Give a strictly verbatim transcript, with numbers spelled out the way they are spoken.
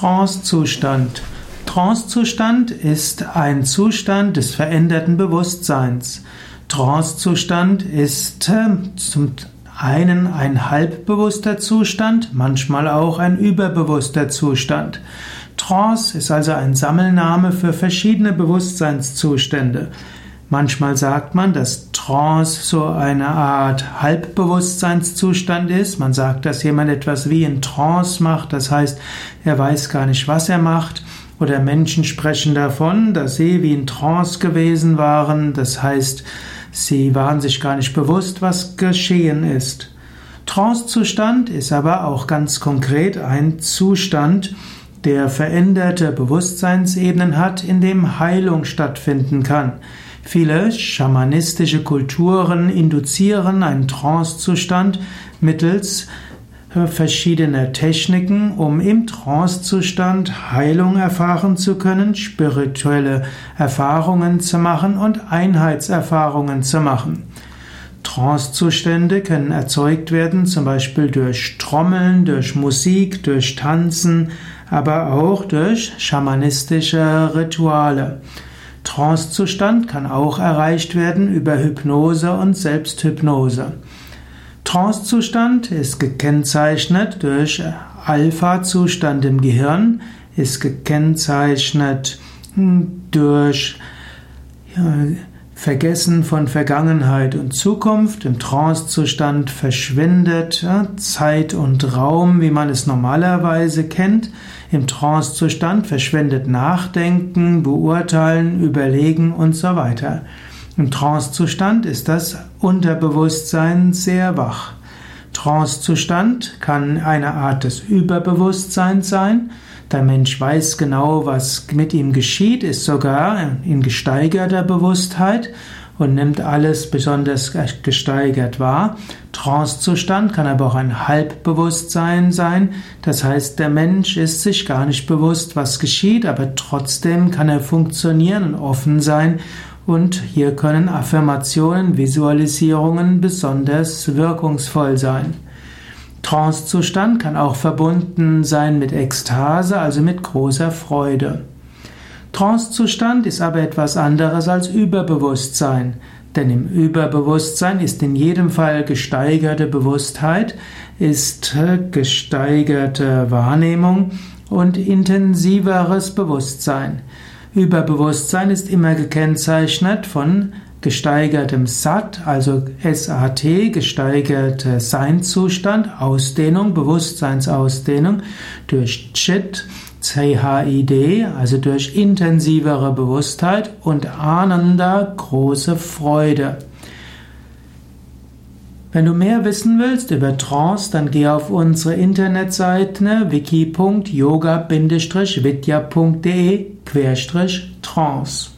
Trance-Zustand. Trance-Zustand ist ein Zustand des veränderten Bewusstseins. Trance-Zustand ist äh, zum einen ein halbbewusster Zustand, manchmal auch ein überbewusster Zustand. Trance ist also ein Sammelname für verschiedene Bewusstseinszustände. Manchmal sagt man, dass Trance so eine Art Halbbewusstseinszustand ist. Man sagt, dass jemand etwas wie in Trance macht, das heißt, er weiß gar nicht, was er macht. Oder Menschen sprechen davon, dass sie wie in Trance gewesen waren, das heißt, sie waren sich gar nicht bewusst, was geschehen ist. Trancezustand ist aber auch ganz konkret ein Zustand, der veränderte Bewusstseinsebenen hat, in dem Heilung stattfinden kann. Viele schamanistische Kulturen induzieren einen Trancezustand mittels verschiedener Techniken, um im Trancezustand Heilung erfahren zu können, spirituelle Erfahrungen zu machen und Einheitserfahrungen zu machen. Trancezustände können erzeugt werden, zum Beispiel durch Trommeln, durch Musik, durch Tanzen, aber auch durch schamanistische Rituale. Trancezustand kann auch erreicht werden über Hypnose und Selbsthypnose. Trancezustand ist gekennzeichnet durch Alpha-Zustand im Gehirn, ist gekennzeichnet durch Vergessen von Vergangenheit und Zukunft. Im Trancezustand verschwindet Zeit und Raum, wie man es normalerweise kennt. Im Trancezustand verschwindet Nachdenken, Beurteilen, Überlegen und so weiter. Im Trancezustand ist das Unterbewusstsein sehr wach. Trancezustand kann eine Art des Überbewusstseins sein. Der Mensch weiß genau, was mit ihm geschieht, ist sogar in gesteigerter Bewusstheit und nimmt alles besonders gesteigert wahr. Trancezustand kann aber auch ein Halbbewusstsein sein. Das heißt, der Mensch ist sich gar nicht bewusst, was geschieht, aber trotzdem kann er funktionieren und offen sein. Und hier können Affirmationen, Visualisierungen besonders wirkungsvoll sein. Trancezustand kann auch verbunden sein mit Ekstase, also mit großer Freude. Trancezustand ist aber etwas anderes als Überbewusstsein, denn im Überbewusstsein ist in jedem Fall gesteigerte Bewusstheit, ist gesteigerte Wahrnehmung und intensiveres Bewusstsein. Überbewusstsein ist immer gekennzeichnet von gesteigertem Sat, also S A T, gesteigerter Seinzustand, Ausdehnung, Bewusstseinsausdehnung, durch Chit, C H I D, also durch intensivere Bewusstheit und Ananda, große Freude. Wenn du mehr wissen willst über Trance, dann geh auf unsere Internetseite wiki punkt yoga bindestrich vidya punkt de Trance.